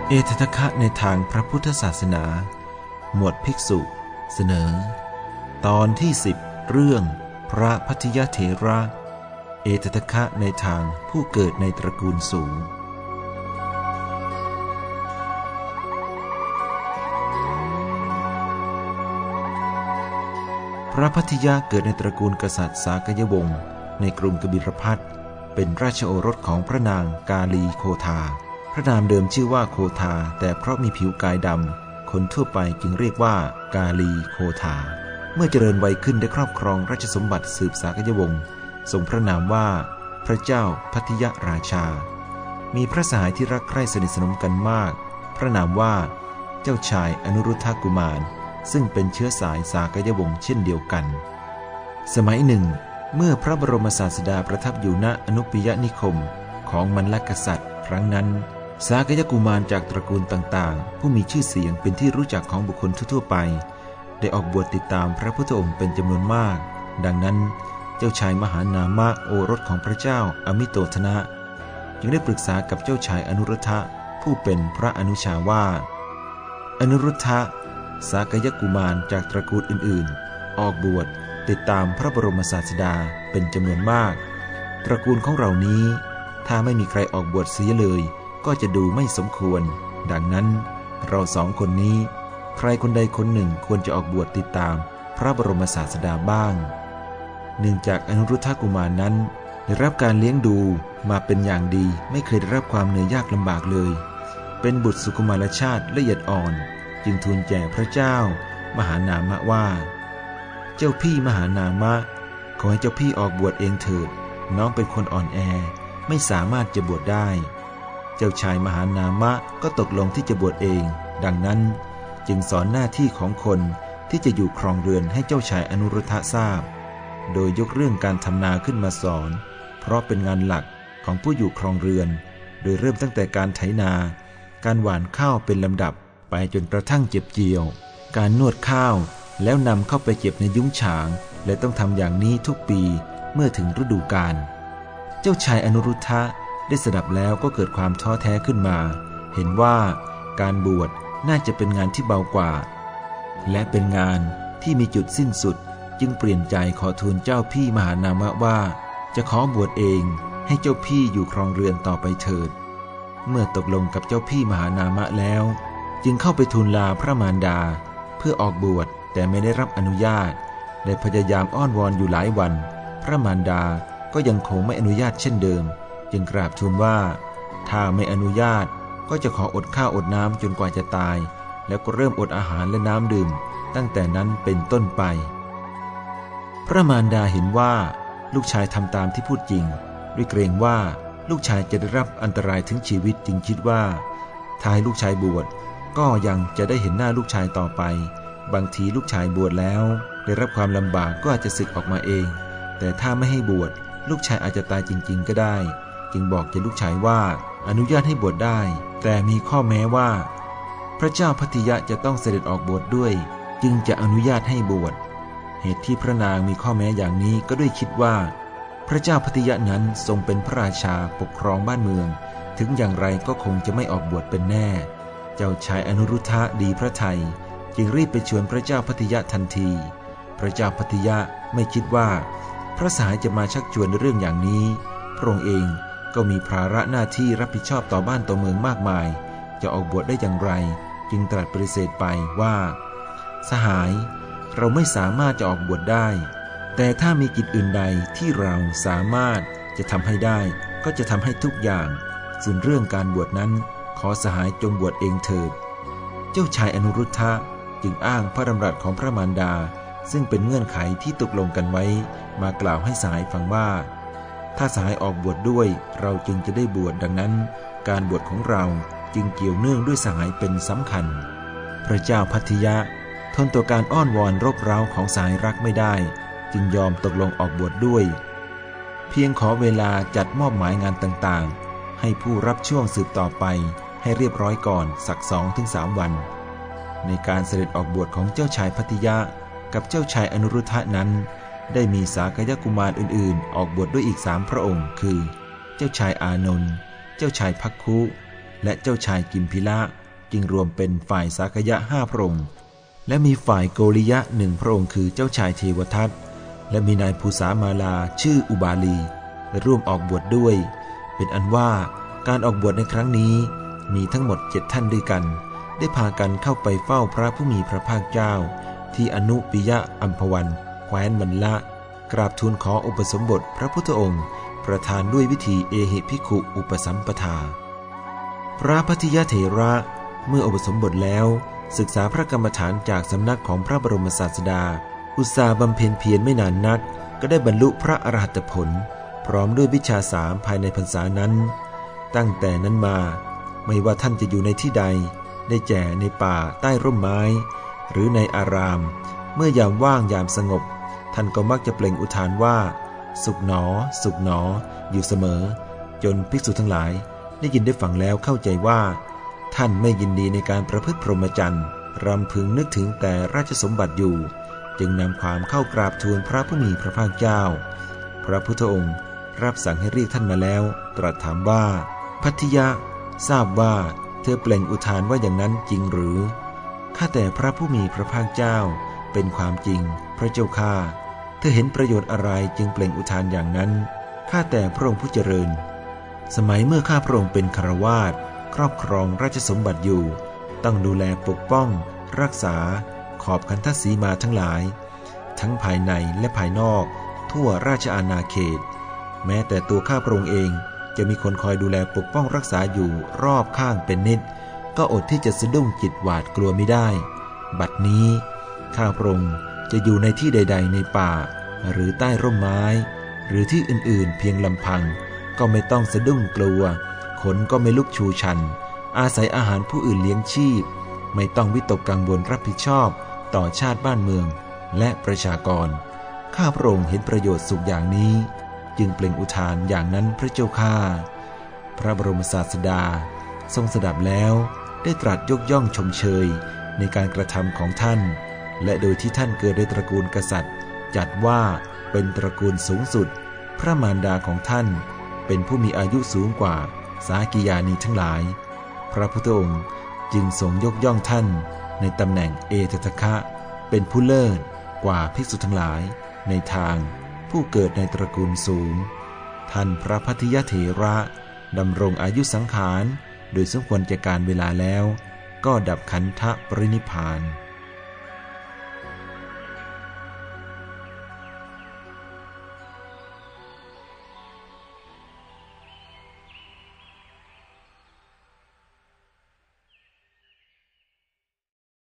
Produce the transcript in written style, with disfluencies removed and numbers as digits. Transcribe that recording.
เอตทัคคะในทางพระพุทธศาสนาหมวดภิกษุเสนอตอนที่10เรื่องพระภัททิยเถระเอตทัคคะในทางผู้เกิดในตระกูลสูงพระภัททิยะเกิดในตระกูลกษัตริย์สากยวงศ์ในกรุงกบิลพัสต์เป็นราชโอรสของพระนางกาลีโคทาพระนามเดิมชื่อว่าโคทาแต่เพราะมีผิวกายดำคนทั่วไปจึงเรียกว่ากาลีโคทาเมื่อเจริญวัยขึ้นได้ครอบครองราชสมบัติสืบสากยวงศ์ทรงพระนามว่าพระเจ้าภัททิยราชามีพระสหายที่รักใคร่สนิทสนมกันมากพระนามว่าเจ้าชายอนุรุทธกุมารซึ่งเป็นเชื้อสายสากยวงศ์เช่นเดียวกันสมัยหนึ่งเมื่อพระบรมศาสดาประทับอยู่ณอนุปิยนิคมของมัลลกษัตริย์ครั้งนั้นสากยกุมารจากตระกูลต่างๆผู้มีชื่อเสียงเป็นที่รู้จักของบุคคลทั่วไปได้ออกบวชติดตามพระพุทธองค์เป็นจำนวนมากดังนั้นเจ้าชายมหานามะโอรสของพระเจ้าอมิโตทนะจึงได้ปรึกษากับเจ้าชายอนุรุทธะผู้เป็นพระอนุชาว่าอนุรุทธะสากยกุมารจากตระกูลอื่นๆออกบวชติดตามพระบรมศาสดาเป็นจำนวนมากตระกูลของเรานี้ถ้าไม่มีใครออกบวชเสียเลยก็จะดูไม่สมควรดังนั้นเราสองคนนี้ใครคนใดคนหนึ่งควรจะออกบวชติดตามพระบรมศาสดาบ้างเนื่องจากอนุรุทธกุมารนั้นได้รับการเลี้ยงดูมาเป็นอย่างดีไม่เคยได้รับความเหนื่อยยากลำบากเลยเป็นบุตรสุกุมารชาติละเอียดอ่อนจึงทูลแก่พระเจ้ามหานามะว่าเจ้าพี่มหานามะขอให้เจ้าพี่ออกบวชเองเถิดน้องเป็นคนอ่อนแอไม่สามารถจะบวชได้เจ้าชายมหานามะก็ตกลงที่จะบวชเองดังนั้นจึงสอนหน้าที่ของคนที่จะอยู่ครองเรือนให้เจ้าชายอนุรุทธะทราบโดยยกเรื่องการทำนาขึ้นมาสอนเพราะเป็นงานหลักของผู้อยู่ครองเรือนโดยเริ่มตั้งแต่การไถนาการหว่านข้าวเป็นลำดับไปจนกระทั่งเก็บเกี่ยวการนวดข้าวแล้วนำเข้าไปเก็บในยุ้งฉางและต้องทำอย่างนี้ทุกปีเมื่อถึงฤดูกาลเจ้าชายอนุรุทธะได้สดับแล้วก็เกิดความท้อแท้ขึ้นมาเห็นว่าการบวชน่าจะเป็นงานที่เบากว่าและเป็นงานที่มีจุดสิ้นสุดจึงเปลี่ยนใจขอทูลเจ้าพี่มหานามะว่าจะขอบวชเองให้เจ้าพี่อยู่ครองเรือนต่อไปเถิดเมื่อตกลงกับเจ้าพี่มหานามะแล้วจึงเข้าไปทูลลาพระมารดาเพื่อออกบวชแต่ไม่ได้รับอนุญาตได้พยายามอ้อนวอนอยู่หลายวันพระมารดาก็ยังคงไม่อนุญาตเช่นเดิมจึงกราบทูลว่าถ้าไม่อนุญาตก็จะขออดข้าวอดน้ำจนกว่าจะตายแล้วก็เริ่มอดอาหารและน้ำดื่มตั้งแต่นั้นเป็นต้นไปพระมารดาเห็นว่าลูกชายทำตามที่พูดจริงด้วยเกรงว่าลูกชายจะได้รับอันตรายถึงชีวิตจึงคิดว่าถ้าให้ลูกชายบวชก็ยังจะได้เห็นหน้าลูกชายต่อไปบางทีลูกชายบวชแล้วได้รับความลำบากก็อาจจะสึกออกมาเองแต่ถ้าไม่ให้บวชลูกชายอาจจะตายจริงๆก็ได้จึงบอกแก่ลูกชายว่าอนุญาตให้บวชได้แต่มีข้อแม้ว่าพระเจ้าภัททิยะจะต้องเสด็จออกบวชด้วยจึงจะอนุญาตให้บวชเหตุที่พระนางมีข้อแม้อย่างนี้ก็ด้วยคิดว่าพระเจ้าภัททิยะนั้นทรงเป็นพระราชาปกครองบ้านเมืองถึงอย่างไรก็คงจะไม่ออกบวชเป็นแน่เจ้าชายอนุรุทธะดีพระทัยจึงรีบไปชวนพระเจ้าภัททิยะทันทีพระเจ้าภัททิยะไม่คิดว่าพระสหายจะมาชักชวนในเรื่องอย่างนี้พระองค์เองก็มีภาระหน้าที่รับผิดชอบต่อบ้านต่อเมืองมากมายจะออกบวชได้อย่างไรจึงตรัสปฏิเสธไปว่าสหายเราไม่สามารถจะออกบวชได้แต่ถ้ามีกิจอื่นใดที่เราสามารถจะทำให้ได้ก็จะทำให้ทุกอย่างส่วนเรื่องการบวชนั้นขอสหายจงบวชเองเถิดเจ้าชายอนุรุทธะจึงอ้างพระดำรัสของพระมารดาซึ่งเป็นเงื่อนไขที่ตกลงกันไว้มากล่าวให้สหายฟังว่าถ้าสหายออกบวชด้วยเราจึงจะได้บวชดังนั้นการบวชของเราจึงเกี่ยวเนื่องด้วยสหายเป็นสำคัญพระเจ้าภัททิยะทนต่อการอ้อนวอนรบเร้าของสหายรักไม่ได้จึงยอมตกลงออกบวชด้วยเพียงขอเวลาจัดมอบหมายงานต่างๆให้ผู้รับช่วงสืบต่อไปให้เรียบร้อยก่อนสัก 2-3 วันในการเสด็จออกบวชของเจ้าชายภัททิยะกับเจ้าชายอนุรุทธะนั้นได้มีสากยกุมารอื่นๆออกบวชด้วยอีก3 พระองค์คือเจ้าชายอานนท์เจ้าชายภักคุและเจ้าชายกิมพิละจึงรวมเป็นฝ่ายสากยะ5 พระองค์และมีฝ่ายโกริยะ1 พระองค์คือเจ้าชายเทวทัตและมีนายภูษามาลาชื่ออุบาลีร่วมออกบวชด้วยเป็นอันว่าการออกบวชในครั้งนี้มีทั้งหมด7 ท่านด้วยกันได้พากันเข้าไปเฝ้าพระผู้มีพระภาคเจ้าที่อนุปิยะอัมพวันแคว้นมัลละกราบทูลขออุปสมบทพระพุทธองค์ประทานด้วยวิธีเอหิภิกขุอุปสัมปทาพระภัททิยเถระเมื่ออุปสมบทแล้วศึกษาพระกรรมฐานจากสำนักของพระบรมศาสดาอุตสาห์บำเพ็ญเพียรไม่นานนักก็ได้บรรลุพระอรหัตผลพร้อมด้วยวิชา3ภายในพรรษานั้นตั้งแต่นั้นมาไม่ว่าท่านจะอยู่ในที่ใดได้แก่ในป่าใต้ร่มไม้หรือในอารามเมื่อยามว่างยามสงบท่านก็มักจะเปล่งอุทานว่าสุขหนอสุขหนออยู่เสมอจนภิกษุทั้งหลายได้ยินได้ฟังแล้วเข้าใจว่าท่านไม่ยินดีในการประพฤติพรหมจรรย์รำพึงนึกถึงแต่ราชสมบัติอยู่จึงนำความเข้ากราบทูลพระผู้มีพระภาคเจ้าพระพุทธองค์รับสั่งให้เรียกท่านมาแล้วตรัสถามว่าภัททิยะทราบว่าเธอเปล่งอุทานว่าอย่างนั้นจริงหรือข้าแต่พระผู้มีพระภาคเจ้าเป็นความจริงพระเจ้าข้าเธอเห็นประโยชน์อะไรจึงเปล่งอุทานอย่างนั้นข้าแต่พระองค์ผู้เจริญสมัยเมื่อข้าพระองค์เป็นคฤหัสถ์ครอบครองราชสมบัติอยู่ต้องดูแลปกป้องรักษาขอบขันธสีมาทั้งหลายทั้งภายในและภายนอกทั่วราชอาณาเขตแม้แต่ตัวข้าพระองค์เองจะมีคนคอยดูแลปกป้องรักษาอยู่รอบข้างเป็นนิดก็อดที่จะสะดุ้งจิตหวาดกลัวไม่ได้บัดนี้ข้าพระองค์จะอยู่ในที่ใดๆในป่าหรือใต้ร่มไม้หรือที่อื่นๆเพียงลำพังก็ไม่ต้องสะดุ้งกลัวขนก็ไม่ลุกชูชันอาศัยอาหารผู้อื่นเลี้ยงชีพไม่ต้องวิตกกังวลรับผิดชอบต่อชาติบ้านเมืองและประชากรข้าพระองค์เห็นประโยชน์สุขอย่างนี้จึงเปล่งอุทานอย่างนั้นพระเจ้าข้าพระบรมศาสดาทรงสดับแล้วได้ตรัสยกย่องชมเชยในการกระทำของท่านและโดยที่ท่านเกิดในตระกูลกษัตริย์จัดว่าเป็นตระกูลสูงสุดพระมารดาของท่านเป็นผู้มีอายุสูงกว่าสากิยานีทั้งหลายพระพุทธองค์จึงทรงยกย่องท่านในตำแหน่งเอตทัคคะเป็นผู้เลิศกว่าภิกษุทั้งหลายในทางผู้เกิดในตระกูลสูงท่านพระภัททิยเถระดำรงอายุสังขารโดยสมควรแก่การเวลาแล้วก็ดับขันธปรินิพพาน